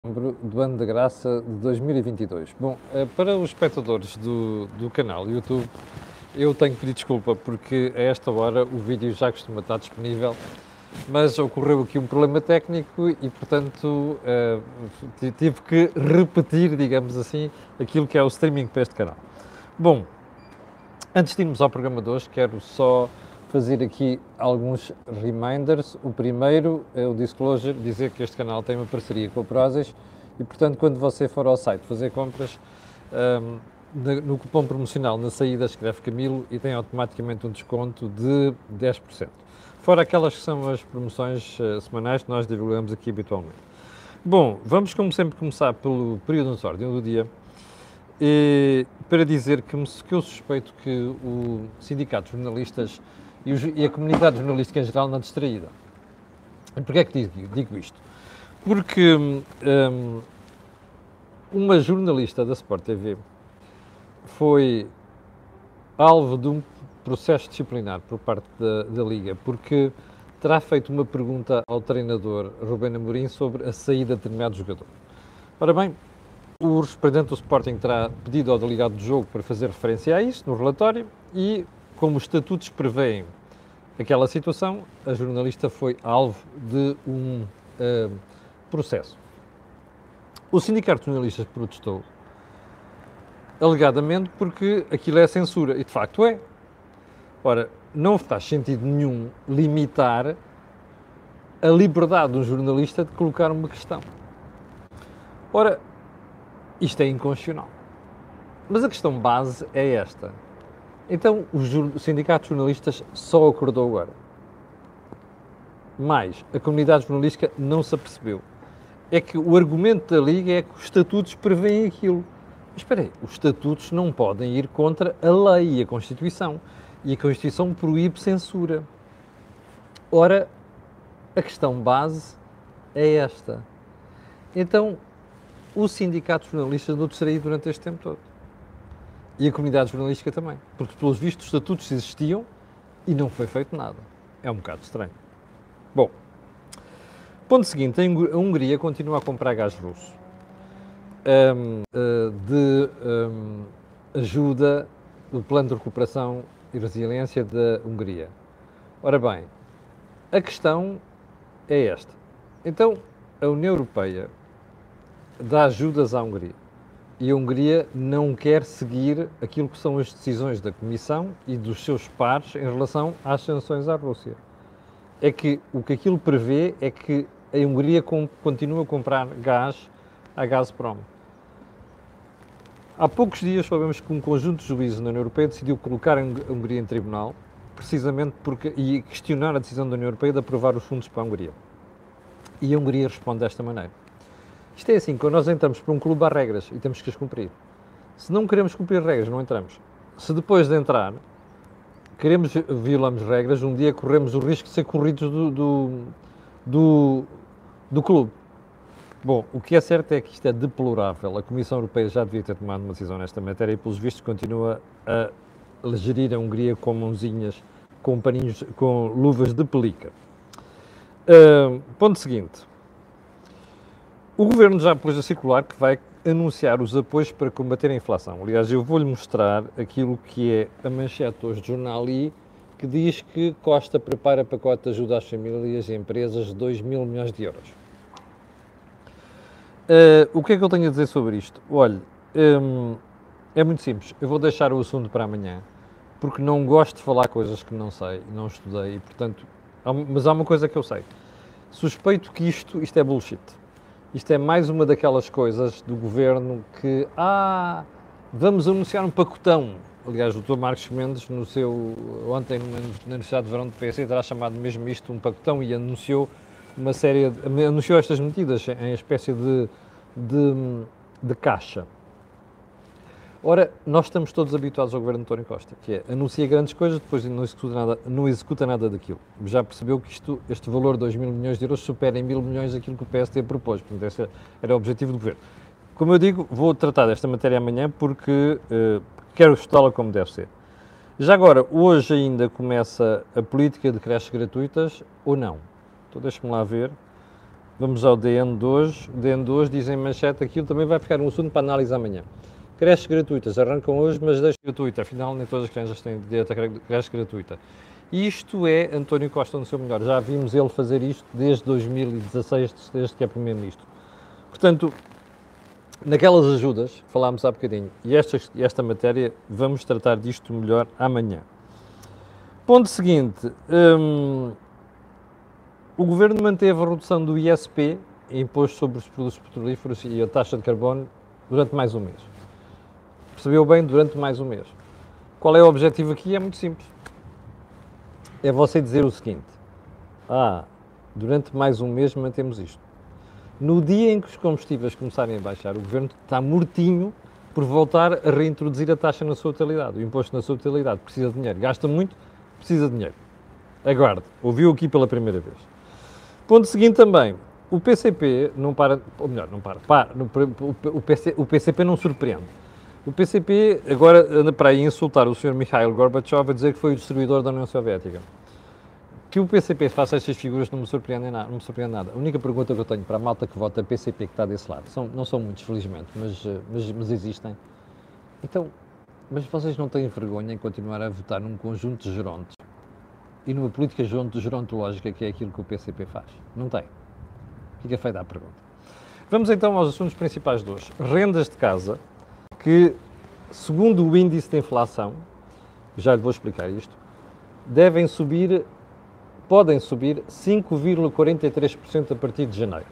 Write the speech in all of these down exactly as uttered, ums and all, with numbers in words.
Do ano de graça de dois mil e vinte e dois. Bom, para os espectadores do, do canal YouTube, eu tenho que pedir desculpa porque a esta hora o vídeo já costuma estar disponível, mas ocorreu aqui um problema técnico e, portanto, uh, tive que repetir, digamos assim, aquilo que é o streaming para este canal. Bom, antes de irmos ao programa de hoje, quero só fazer aqui alguns reminders. O primeiro é o disclosure, dizer que este canal tem uma parceria com a Prozis e, portanto, quando você for ao site fazer compras, um, no cupom promocional na saída escreve Camilo e tem automaticamente um desconto de dez por cento. Fora aquelas que são as promoções uh, semanais que nós divulgamos aqui habitualmente. Bom, vamos como sempre começar pelo período de ordem do dia. E, para dizer que, que eu suspeito que o sindicato de jornalistas e, os, e a comunidade jornalística em geral não distraída. E porquê é que digo, digo isto? Porque um, uma jornalista da Sport T V foi alvo de um processo disciplinar por parte da, da Liga, porque terá feito uma pergunta ao treinador Rubén Amorim sobre a saída de determinado jogador. Ora bem, o representante do Sporting terá pedido ao delegado do jogo para fazer referência a isso no relatório e, como os estatutos prevêem aquela situação, a jornalista foi alvo de um uh, processo. O sindicato de jornalistas protestou, alegadamente porque aquilo é censura, e de facto é. Ora, não faz sentido nenhum limitar a liberdade de um jornalista de colocar uma questão. Ora, isto é inconstitucional. Mas a questão base é esta. Então, o sindicato de jornalistas só acordou agora. Mas a comunidade jornalística não se apercebeu. É que o argumento da Liga é que os estatutos prevêem aquilo. Mas espera aí, os estatutos não podem ir contra a lei e a Constituição. E a Constituição proíbe censura. Ora, a questão base é esta. Então, o sindicato de jornalistas andou distraído durante este tempo todo. E a comunidade jornalística também. Porque, pelos vistos, os estatutos existiam e não foi feito nada. É um bocado estranho. Bom, ponto seguinte, a Hungria continua a comprar gás russo um, de um, ajuda do Plano de Recuperação e Resiliência da Hungria. Ora bem, a questão é esta. Então, a União Europeia dá ajudas à Hungria. E a Hungria não quer seguir aquilo que são as decisões da Comissão e dos seus pares em relação às sanções à Rússia. É que o que aquilo prevê é que a Hungria continua a comprar gás à Gazprom. Há poucos dias soubemos que um conjunto de juízes na União Europeia decidiu colocar a Hungria em tribunal, precisamente porque, e questionar a decisão da União Europeia de aprovar os fundos para a Hungria. E a Hungria responde desta maneira. Isto é assim, quando nós entramos para um clube há regras e temos que as cumprir. Se não queremos cumprir regras, não entramos. Se depois de entrar, queremos, violamos regras, um dia corremos o risco de ser corridos do, do, do, do clube. Bom, o que é certo é que isto é deplorável. A Comissão Europeia já devia ter tomado uma decisão nesta matéria e, pelos vistos, continua a gerir a Hungria com mãozinhas, com paninhos, com luvas de pelica. Uh, ponto seguinte. O Governo já pôs a circular que vai anunciar os apoios para combater a inflação. Aliás, eu vou-lhe mostrar aquilo que é a manchete hoje do Jornal I, que diz que Costa prepara pacote de ajuda às famílias e empresas de dois mil milhões de euros. Uh, o que é que eu tenho a dizer sobre isto? Olha, um, é muito simples. Eu vou deixar o assunto para amanhã, porque não gosto de falar coisas que não sei, não estudei, e, portanto, há, mas há uma coisa que eu sei. Suspeito que isto, isto é bullshit. Isto é mais uma daquelas coisas do Governo que, ah, vamos anunciar um pacotão. Aliás, o doutor Marcos Mendes, no seu, ontem na Universidade de Verão do P S, terá chamado mesmo isto um pacotão e anunciou uma série, de, anunciou estas medidas em espécie de, de, de caixa. Ora, nós estamos todos habituados ao Governo de António Costa, que é, anuncia grandes coisas, depois não executa nada, não executa nada daquilo. Já percebeu que isto, este valor de dois mil milhões de euros supera em mil milhões aquilo que o P S D propôs, portanto esse era o objetivo do Governo. Como eu digo, vou tratar desta matéria amanhã porque uh, quero estudá-la como deve ser. Já agora, hoje ainda começa a política de creches gratuitas ou não? Então deixe-me lá ver. Vamos ao D N de hoje. O D N de hoje diz em manchete, aquilo também vai ficar um assunto para análise amanhã. Creches gratuitas arrancam hoje, mas deixa gratuita. Afinal, nem todas as crianças têm direito a creche gratuita. Isto é António Costa no seu melhor. Já vimos ele fazer isto desde dois mil e dezasseis, desde que é primeiro-ministro. Portanto, naquelas ajudas, falámos há bocadinho, e esta, esta matéria, vamos tratar disto melhor amanhã. Ponto seguinte, hum, o Governo manteve a redução do I S P, imposto sobre os produtos petrolíferos, e a taxa de carbono durante mais um mês. Percebeu bem? Durante mais um mês. Qual é o objetivo aqui? É muito simples. É você dizer o seguinte, ah, durante mais um mês mantemos isto. No dia em que os combustíveis começarem a baixar, o Governo está mortinho por voltar a reintroduzir a taxa na sua totalidade, o imposto na sua totalidade. Precisa de dinheiro. Gasta muito, precisa de dinheiro. Aguarde. Ouviu aqui pela primeira vez. Ponto seguinte também. O P C P não para, ou melhor, não para, para o, P C, o P C P não surpreende. O P C P agora anda para aí insultar o senhor Mikhail Gorbachev a dizer que foi o destruidor da União Soviética. Que o P C P faça estas figuras não me surpreende nada. Não me surpreende nada. A única pergunta que eu tenho para a malta que vota P C P que está desse lado, são, não são muitos, felizmente, mas, mas, mas existem. Então, mas vocês não têm vergonha em continuar a votar num conjunto de gerontes e numa política gerontológica que é aquilo que o P C P faz? Não tem. Fica feita a pergunta. Vamos então aos assuntos principais de hoje. Rendas de casa, que, segundo o índice de inflação, já lhe vou explicar isto, devem subir, podem subir cinco vírgula quarenta e três por cento a partir de janeiro.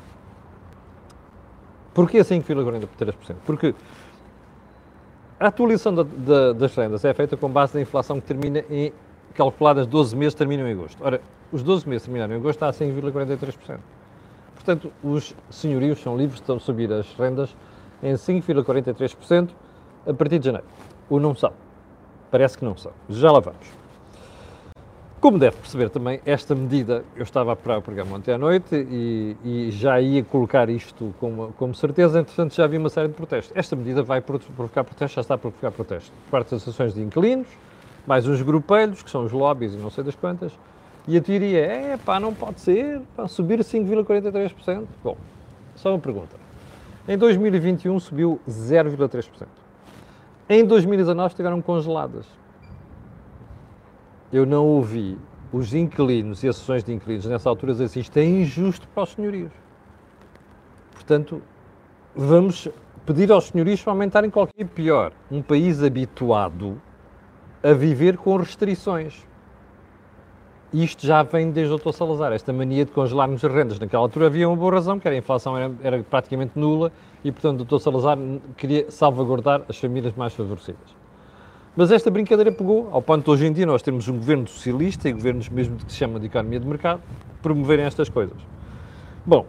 Porquê cinco vírgula quarenta e três por cento? Porque a atualização da, da, das rendas é feita com base na inflação que termina em, calculadas doze meses, terminam em agosto. Ora, os doze meses terminaram em agosto, está a cinco vírgula quarenta e três por cento. Portanto, os senhorios são livres de subir as rendas em cinco vírgula quarenta e três por cento a partir de janeiro. Ou não são. Parece que não são. Já lá vamos. Como deve perceber também, esta medida, eu estava a preparar o programa ontem à noite e, e já ia colocar isto como, como certeza, entretanto já vi uma série de protestos. Esta medida vai provocar protestos, já está a provocar protestos por parte das associações de inquilinos, mais uns grupelhos, que são os lobbies e não sei das quantas, e a teoria é, pá, não pode ser, pá, subir cinco vírgula quarenta e três por cento. Bom, só uma pergunta. Em dois mil e vinte e um subiu zero vírgula três por cento. Em dois mil e dezanove estiveram congeladas. Eu não ouvi os inquilinos e associações de inquilinos nessa altura dizer assim, isto é injusto para os senhorios. Portanto, vamos pedir aos senhorios para aumentarem qualquer pior. Um país habituado a viver com restrições. Isto já vem desde o doutor Salazar, esta mania de congelarmos as rendas. Naquela altura havia uma boa razão, que era a inflação era, era praticamente nula e, portanto, o doutor Salazar queria salvaguardar as famílias mais favorecidas. Mas esta brincadeira pegou, ao ponto de hoje em dia nós temos um governo socialista e governos mesmo que se chamam de economia de mercado, promoverem estas coisas. Bom,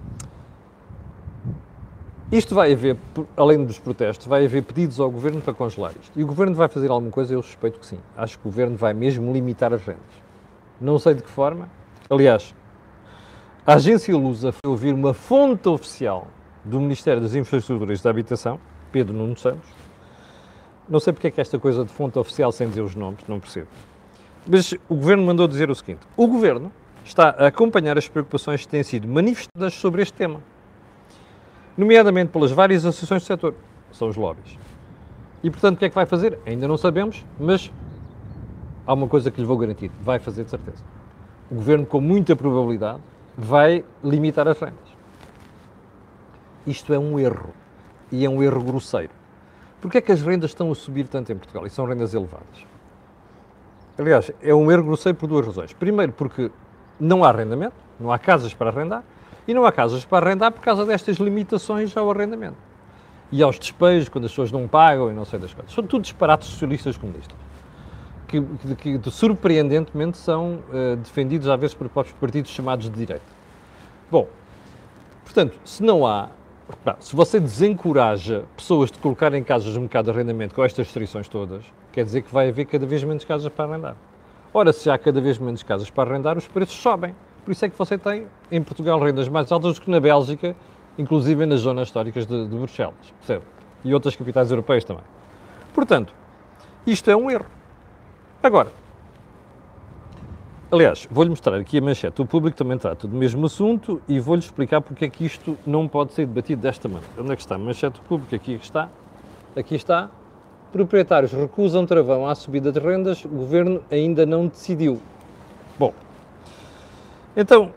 isto vai haver, além dos protestos, vai haver pedidos ao governo para congelar isto. E o governo vai fazer alguma coisa? Eu suspeito que sim. Acho que o governo vai mesmo limitar as rendas. Não sei de que forma. Aliás, a agência Lusa foi ouvir uma fonte oficial do Ministério das Infraestruturas e da Habitação, Pedro Nuno Santos. Não sei porque é que esta coisa de fonte oficial sem dizer os nomes, não percebo. Mas o Governo mandou dizer o seguinte. O Governo está a acompanhar as preocupações que têm sido manifestadas sobre este tema, nomeadamente pelas várias associações do setor, são os lobbies. E, portanto, o que é que vai fazer? Ainda não sabemos, mas há uma coisa que lhe vou garantir, vai fazer de certeza. O Governo, com muita probabilidade, vai limitar as rendas. Isto é um erro, e é um erro grosseiro. Porquê é que as rendas estão a subir tanto em Portugal? E são rendas elevadas. Aliás, é um erro grosseiro por duas razões. Primeiro, porque não há arrendamento, não há casas para arrendar, e não há casas para arrendar por causa destas limitações ao arrendamento. E aos despejos, quando as pessoas não pagam e não sei das coisas. São tudo disparates socialistas comunistas, que, que, que surpreendentemente são uh, defendidos às vezes por próprios partidos chamados de direita. Bom, portanto, se não há, se você desencoraja pessoas de colocarem casas no mercado de arrendamento com estas restrições todas, quer dizer que vai haver cada vez menos casas para arrendar. Ora, se há cada vez menos casas para arrendar, os preços sobem. Por isso é que você tem, em Portugal, rendas mais altas do que na Bélgica, inclusive nas zonas históricas de, de Bruxelas, percebe? E outras capitais europeias também. Portanto, isto é um erro. Agora, Aliás, vou-lhe mostrar aqui a manchete. O Público também trata do mesmo assunto e vou-lhe explicar porque é que isto não pode ser debatido desta maneira. Onde é que está a manchete do Público? Aqui está. Aqui está. Proprietários recusam travão à subida de rendas. O Governo ainda não decidiu. Bom, então,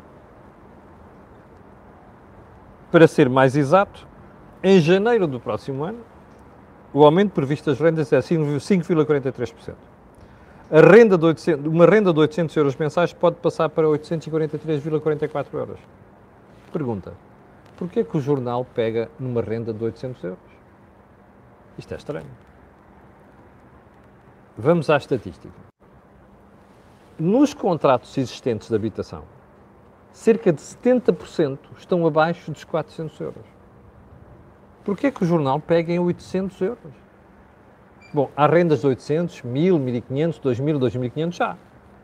para ser mais exato, em janeiro do próximo ano, o aumento previsto das rendas é cinco vírgula quarenta e três por cento. A renda de oitocentos, uma renda de oitocentos euros mensais pode passar para oitocentos e quarenta e três vírgula quarenta e quatro euros. Pergunta, porquê que o jornal pega numa renda de oitocentos euros? Isto é estranho. Vamos à estatística. Nos contratos existentes de habitação, cerca de setenta por cento estão abaixo dos quatrocentos euros. Porquê que o jornal pega em oitocentos euros? Bom, há rendas de oitocentos, mil, mil e quinhentos, dois mil, dois mil e quinhentos já.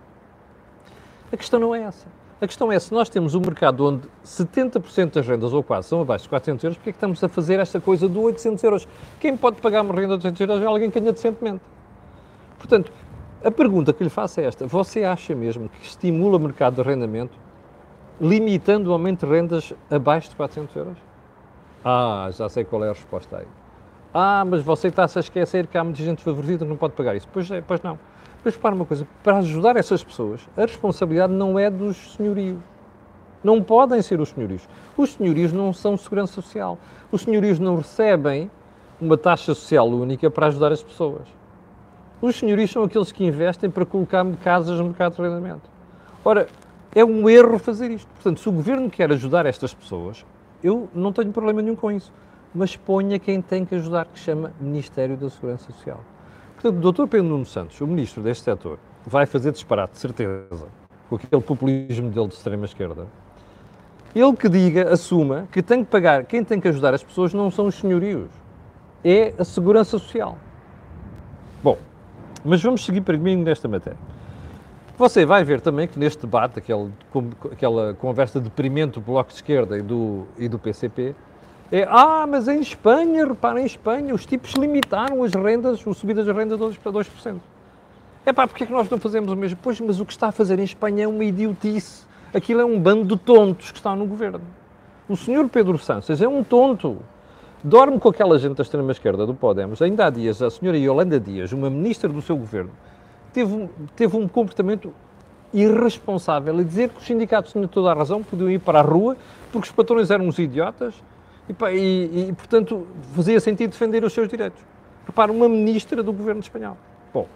A questão não é essa. A questão é, se nós temos um mercado onde setenta por cento das rendas, ou quase, são abaixo de quatrocentos euros, porquê é que estamos a fazer esta coisa de oitocentos euros? Quem pode pagar uma renda de oitocentos euros é alguém que ganha decentemente. Portanto, a pergunta que lhe faço é esta. Você acha mesmo que estimula o mercado de arrendamento limitando o aumento de rendas abaixo de quatrocentos euros? Ah, já sei qual é a resposta aí. Ah, mas você está-se a esquecer que há muita gente favorecida que não pode pagar isso. Pois é, pois não. Mas para uma coisa, para ajudar essas pessoas, a responsabilidade não é dos senhorios. Não podem ser os senhorios. Os senhorios não são segurança social. Os senhorios não recebem uma taxa social única para ajudar as pessoas. Os senhorios são aqueles que investem para colocar casas no mercado de arrendamento. Ora, é um erro fazer isto. Portanto, se o Governo quer ajudar estas pessoas, eu não tenho problema nenhum com isso. Mas ponha quem tem que ajudar, que se chama Ministério da Segurança Social. Portanto, o doutor Pedro Nuno Santos, o ministro deste setor, vai fazer disparate, de certeza, com aquele populismo dele de extrema-esquerda. Ele que diga, assuma, que tem que pagar, quem tem que ajudar as pessoas não são os senhorios, é a Segurança Social. Bom, mas vamos seguir primeiro nesta matéria. Você vai ver também que neste debate, aquele, aquela conversa deprimente do Bloco de Esquerda e do, e do P C P, é, ah, mas em Espanha, reparem, em Espanha, os tipos limitaram as rendas, as subidas das rendas para dois por cento. É pá, porque é que nós não fazemos o mesmo? Pois, mas o que está a fazer em Espanha é uma idiotice. Aquilo é um bando de tontos que está no governo. O senhor Pedro Sánchez é um tonto. Dorme com aquela gente da extrema-esquerda do Podemos. Ainda há dias, a senhora Yolanda Dias, uma ministra do seu governo, teve, teve um comportamento irresponsável a dizer que os sindicatos tinham toda a razão, podiam ir para a rua, porque os patrões eram uns idiotas, E, e, e, portanto, fazia sentido defender os seus direitos. Repara, uma ministra do governo espanhol. Bom,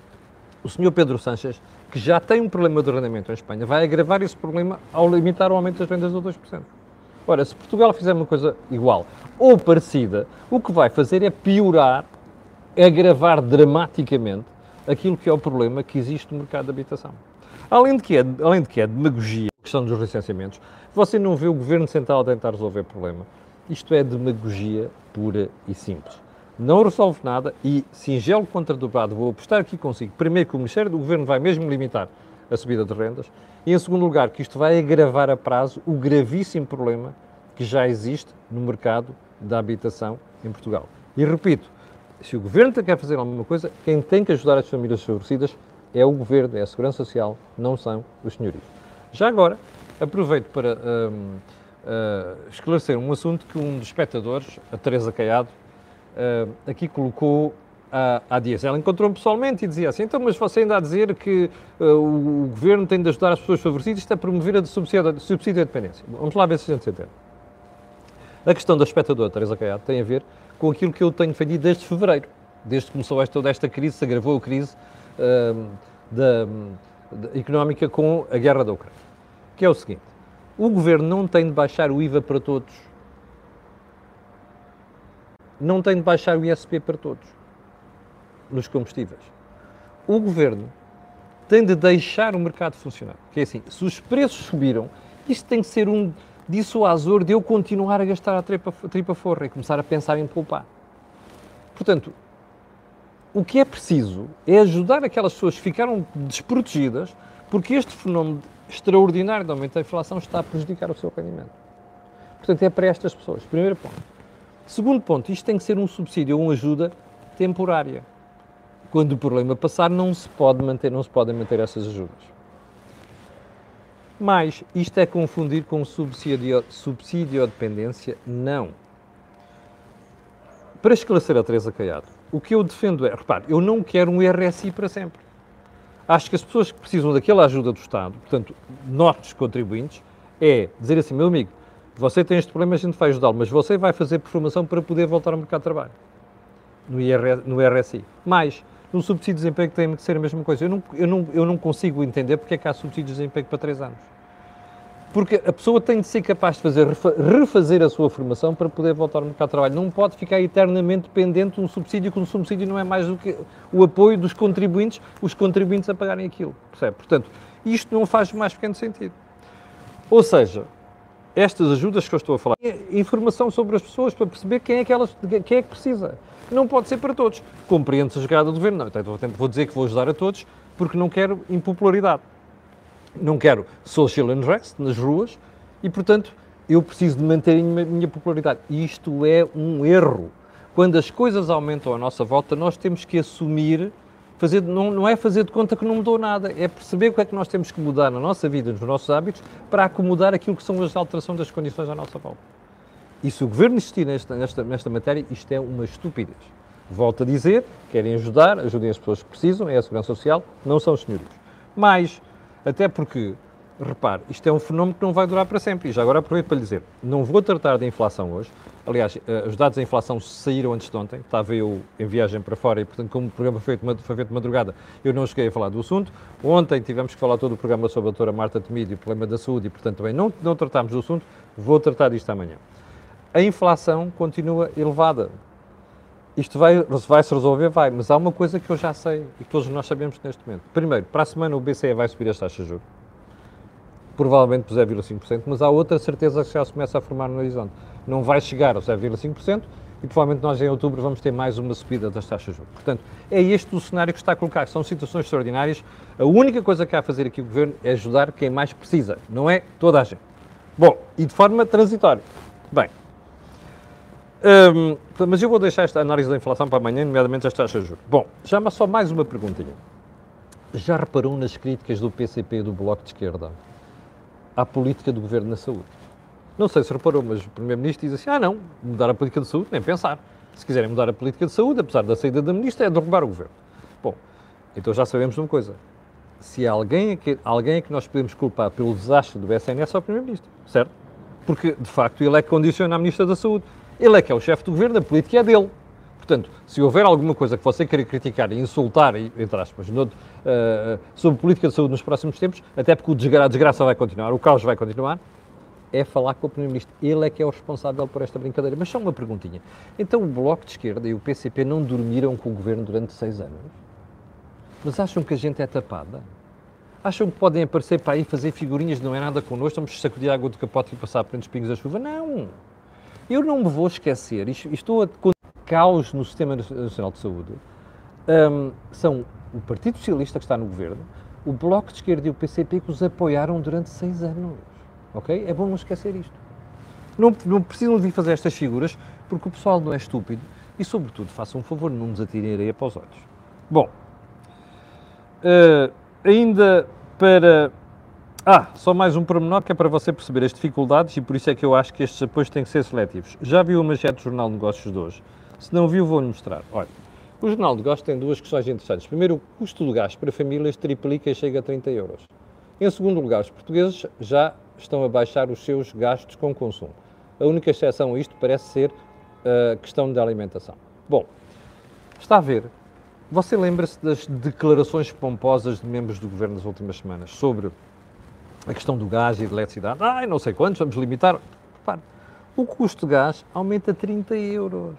o senhor Pedro Sánchez, que já tem um problema de arrendamento em Espanha, vai agravar esse problema ao limitar o aumento das rendas do dois por cento. Ora, se Portugal fizer uma coisa igual ou parecida, o que vai fazer é piorar, agravar dramaticamente aquilo que é o problema que existe no mercado de habitação. Além de que é, além de que é demagogia, a questão dos licenciamentos, você não vê o Governo Central a tentar resolver o problema. Isto é demagogia pura e simples. Não resolve nada e, singelo contradobado, vou apostar aqui consigo. Primeiro, que o Ministério do Governo vai mesmo limitar a subida de rendas e, em segundo lugar, que isto vai agravar a prazo o gravíssimo problema que já existe no mercado da habitação em Portugal. E repito, se o Governo quer fazer alguma coisa, quem tem que ajudar as famílias favorecidas é o Governo, é a Segurança Social, não são os senhorios. Já agora, aproveito para hum, uh, esclarecer um assunto que um dos espectadores, a Teresa Caiado, uh, aqui colocou há, há dias. Ela encontrou-me pessoalmente e dizia assim, então, mas você ainda a dizer que uh, o Governo tem de ajudar as pessoas favorecidas, isto é promover a subsídio, subsídio à dependência. Vamos lá ver se a gente se entende. A questão da espectadora Teresa Caiado tem a ver com aquilo que eu tenho defendido desde fevereiro, desde que começou esta, toda esta crise, se agravou a crise uh, da, da económica com a guerra da Ucrânia, que é o seguinte, o Governo não tem de baixar o I V A para todos, não tem de baixar o I S P para todos, nos combustíveis. O Governo tem de deixar o mercado funcionar, que é assim, se os preços subiram, isto tem que ser um dissuasor de eu continuar a gastar a tripa, a tripa forra e começar a pensar em poupar. Portanto, o que é preciso é ajudar aquelas pessoas que ficaram desprotegidas, porque este fenómeno extraordinário de aumento da inflação está a prejudicar o seu rendimento. Portanto, é para estas pessoas. Primeiro ponto. Segundo ponto, isto tem que ser um subsídio ou uma ajuda temporária. Quando o problema passar, não se pode manter, não se podem manter essas ajudas. Mas isto é confundir com subsídio, subsídio-dependência? Não. Para esclarecer a Teresa Caiado, o que eu defendo é, repare, eu não quero um R S I para sempre. Acho que as pessoas que precisam daquela ajuda do Estado, portanto, nós, contribuintes, é dizer assim, meu amigo, você tem este problema, a gente vai ajudá-lo, mas você vai fazer formação para poder voltar ao mercado de trabalho. No, I R, no R S I. Mas, no subsídio de desemprego tem que ser a mesma coisa. Eu não, eu não, eu não consigo entender porque é que há subsídio de desemprego para três anos. Porque a pessoa tem de ser capaz de fazer, refazer a sua formação para poder voltar ao mercado de trabalho. Não pode ficar eternamente dependente de um subsídio, que um subsídio não é mais do que o apoio dos contribuintes, os contribuintes a pagarem aquilo. Percebe? Portanto, isto não faz mais pequeno sentido. Ou seja, estas ajudas que eu estou a falar, é informação sobre as pessoas para perceber quem é que, elas, quem é que precisa. Não pode ser para todos. Compreende-se a jogada do governo. Não, então, vou dizer que vou ajudar a todos porque não quero impopularidade. Não quero social unrest nas ruas e, portanto, eu preciso de manter a minha, minha popularidade. E isto é um erro. Quando as coisas aumentam à nossa volta, nós temos que assumir, fazer, não, não é fazer de conta que não mudou nada, é perceber o que é que nós temos que mudar na nossa vida, nos nossos hábitos, para acomodar aquilo que são as alterações das condições à nossa volta. E se o Governo insistir nesta, nesta, nesta matéria, isto é uma estupidez. Volto a dizer, querem ajudar, ajudem as pessoas que precisam, é a Segurança Social, não são os senhorios. Mas, até porque, repare, isto é um fenómeno que não vai durar para sempre. E já agora aproveito para lhe dizer, não vou tratar da inflação hoje. Aliás, os dados da inflação saíram antes de ontem. Estava eu em viagem para fora e, portanto, como o programa foi feito de madrugada, eu não cheguei a falar do assunto. Ontem tivemos que falar todo o programa sobre a doutora Marta Temido e o problema da saúde e, portanto, também não, não tratámos do assunto. Vou tratar disto amanhã. A inflação continua elevada. Isto vai, vai se resolver? Vai. Mas há uma coisa que eu já sei e que todos nós sabemos neste momento. Primeiro, para a semana o B C E vai subir as taxas de juros. Provavelmente por zero vírgula cinco por cento, mas há outra certeza que já se começa a formar no horizonte. Não vai chegar aos zero vírgula cinco por cento e provavelmente nós em outubro vamos ter mais uma subida das taxas de juros. Portanto, é este o cenário que está a colocar. São situações extraordinárias. A única coisa que há a fazer aqui o Governo é ajudar quem mais precisa. Não é toda a gente. Bom, e de forma transitória. Bem, hum, mas eu vou deixar esta análise da inflação para amanhã, nomeadamente as taxas de juros. Bom, já só mais uma perguntinha. Já reparou nas críticas do P C P e do Bloco de Esquerda à política do Governo na saúde? Não sei se reparou, mas o Primeiro-Ministro diz assim, ah não, mudar a política de saúde, nem pensar. Se quiserem mudar a política de saúde, apesar da saída da Ministra, é derrubar o Governo. Bom, então já sabemos de uma coisa. Se há alguém é que, alguém é que nós podemos culpar pelo desastre do S N S, é o Primeiro-Ministro, certo? Porque, de facto, ele é que condiciona a Ministra da Saúde. Ele é que é o chefe do Governo, a política é dele. Portanto, se houver alguma coisa que você queira criticar e insultar, entre aspas, no, uh, sobre política de saúde nos próximos tempos, até porque o desgra a desgraça vai continuar, o caos vai continuar, é falar com o Primeiro-Ministro. Ele é que é o responsável por esta brincadeira. Mas só uma perguntinha. Então o Bloco de Esquerda e o P C P não dormiram com o Governo durante seis anos? Mas acham que a gente é tapada? Acham que podem aparecer para aí fazer figurinhas de não é nada connosco, vamos sacudir a água do capote e passar por entre os pingos da chuva? Não! Eu não me vou esquecer, estou a caos no Sistema Nacional de Saúde, um, são o Partido Socialista que está no Governo, o Bloco de Esquerda e o P C P que os apoiaram durante seis anos, ok? É bom não esquecer isto. Não, não precisam de vir fazer estas figuras, porque o pessoal não é estúpido e, sobretudo, façam um favor, não nos atirem areia para os olhos. Bom, uh, ainda para... Ah, só mais um pormenor que é para você perceber as dificuldades e por isso é que eu acho que estes apoios têm que ser seletivos. Já viu o manchete do Jornal de Negócios de hoje? Se não viu, vou-lhe mostrar. Olha, o Jornal de Negócios tem duas questões interessantes. Primeiro, o custo do gás para famílias triplica e chega a trinta euros. Em segundo lugar, os portugueses já estão a baixar os seus gastos com consumo. A única exceção a isto parece ser a questão da alimentação. Bom, está a ver, você lembra-se das declarações pomposas de membros do Governo nas últimas semanas sobre a questão do gás e da eletricidade? Ai, não sei quantos, vamos limitar. Repare, o custo de gás aumenta a trinta euros.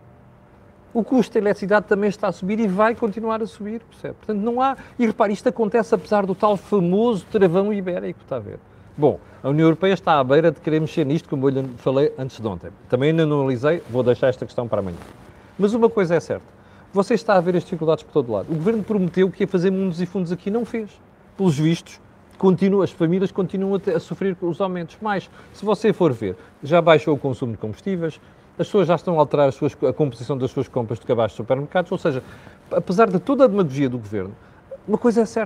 O custo da eletricidade também está a subir e vai continuar a subir, percebe? Portanto, não há... E repare, isto acontece apesar do tal famoso travão ibérico, está a ver? Bom, a União Europeia está à beira de querer mexer nisto, como eu lhe falei antes de ontem. Também ainda não analisei, vou deixar esta questão para amanhã. Mas uma coisa é certa, você está a ver as dificuldades por todo lado. O Governo prometeu que ia fazer mundos e fundos aqui, não fez. Pelos vistos, continua, as famílias continuam a, a sofrer os aumentos. Mas, se você for ver, já baixou o consumo de combustíveis, as pessoas já estão a alterar as suas, a composição das suas compras de cabaz de supermercados, ou seja, apesar de toda a demagogia do Governo, uma coisa é certa,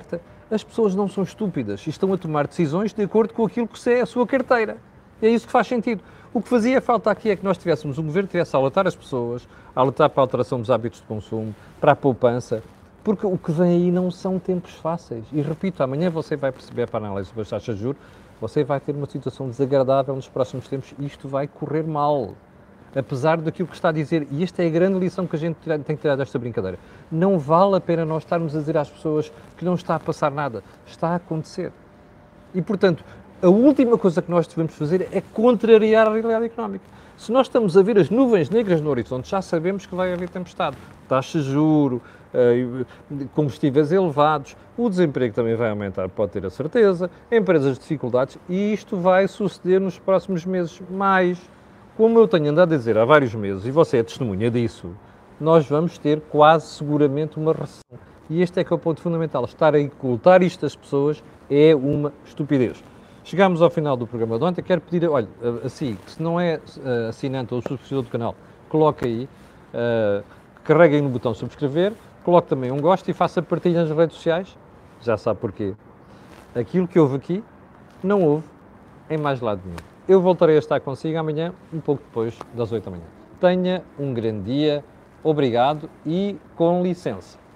As pessoas não são estúpidas e estão a tomar decisões de acordo com aquilo que é a sua carteira. E é isso que faz sentido. O que fazia falta aqui é que nós tivéssemos um governo que tivesse a alertar as pessoas, a alertar para a alteração dos hábitos de consumo, para a poupança, porque o que vem aí não são tempos fáceis. E repito, amanhã você vai perceber para a análise das taxas de juros, você vai ter uma situação desagradável nos próximos tempos e isto vai correr mal. Apesar daquilo que está a dizer, e esta é a grande lição que a gente tem que tirar desta brincadeira, não vale a pena nós estarmos a dizer às pessoas que não está a passar nada, está a acontecer. E, portanto, a última coisa que nós devemos fazer é contrariar a realidade económica. Se nós estamos a ver as nuvens negras no horizonte, já sabemos que vai haver tempestade. Taxas de juros, combustíveis elevados, o desemprego também vai aumentar, pode ter a certeza, empresas de dificuldades, e isto vai suceder nos próximos meses. Mais, como eu tenho andado a dizer há vários meses, e você é testemunha disso, nós vamos ter quase seguramente uma recessão. E este é que é o ponto fundamental. Estar a ocultar isto às pessoas é uma estupidez. Chegámos ao final do programa de ontem. Quero pedir, olha, assim, que se não é uh, assinante ou subscritor do canal, coloque aí, uh, carreguem no botão subscrever, coloque também um gosto e faça partilha nas redes sociais. Já sabe porquê. Aquilo que houve aqui, não houve em mais lado nenhum. Eu voltarei a estar consigo amanhã, um pouco depois das oito da manhã. Tenha um grande dia, obrigado e com licença.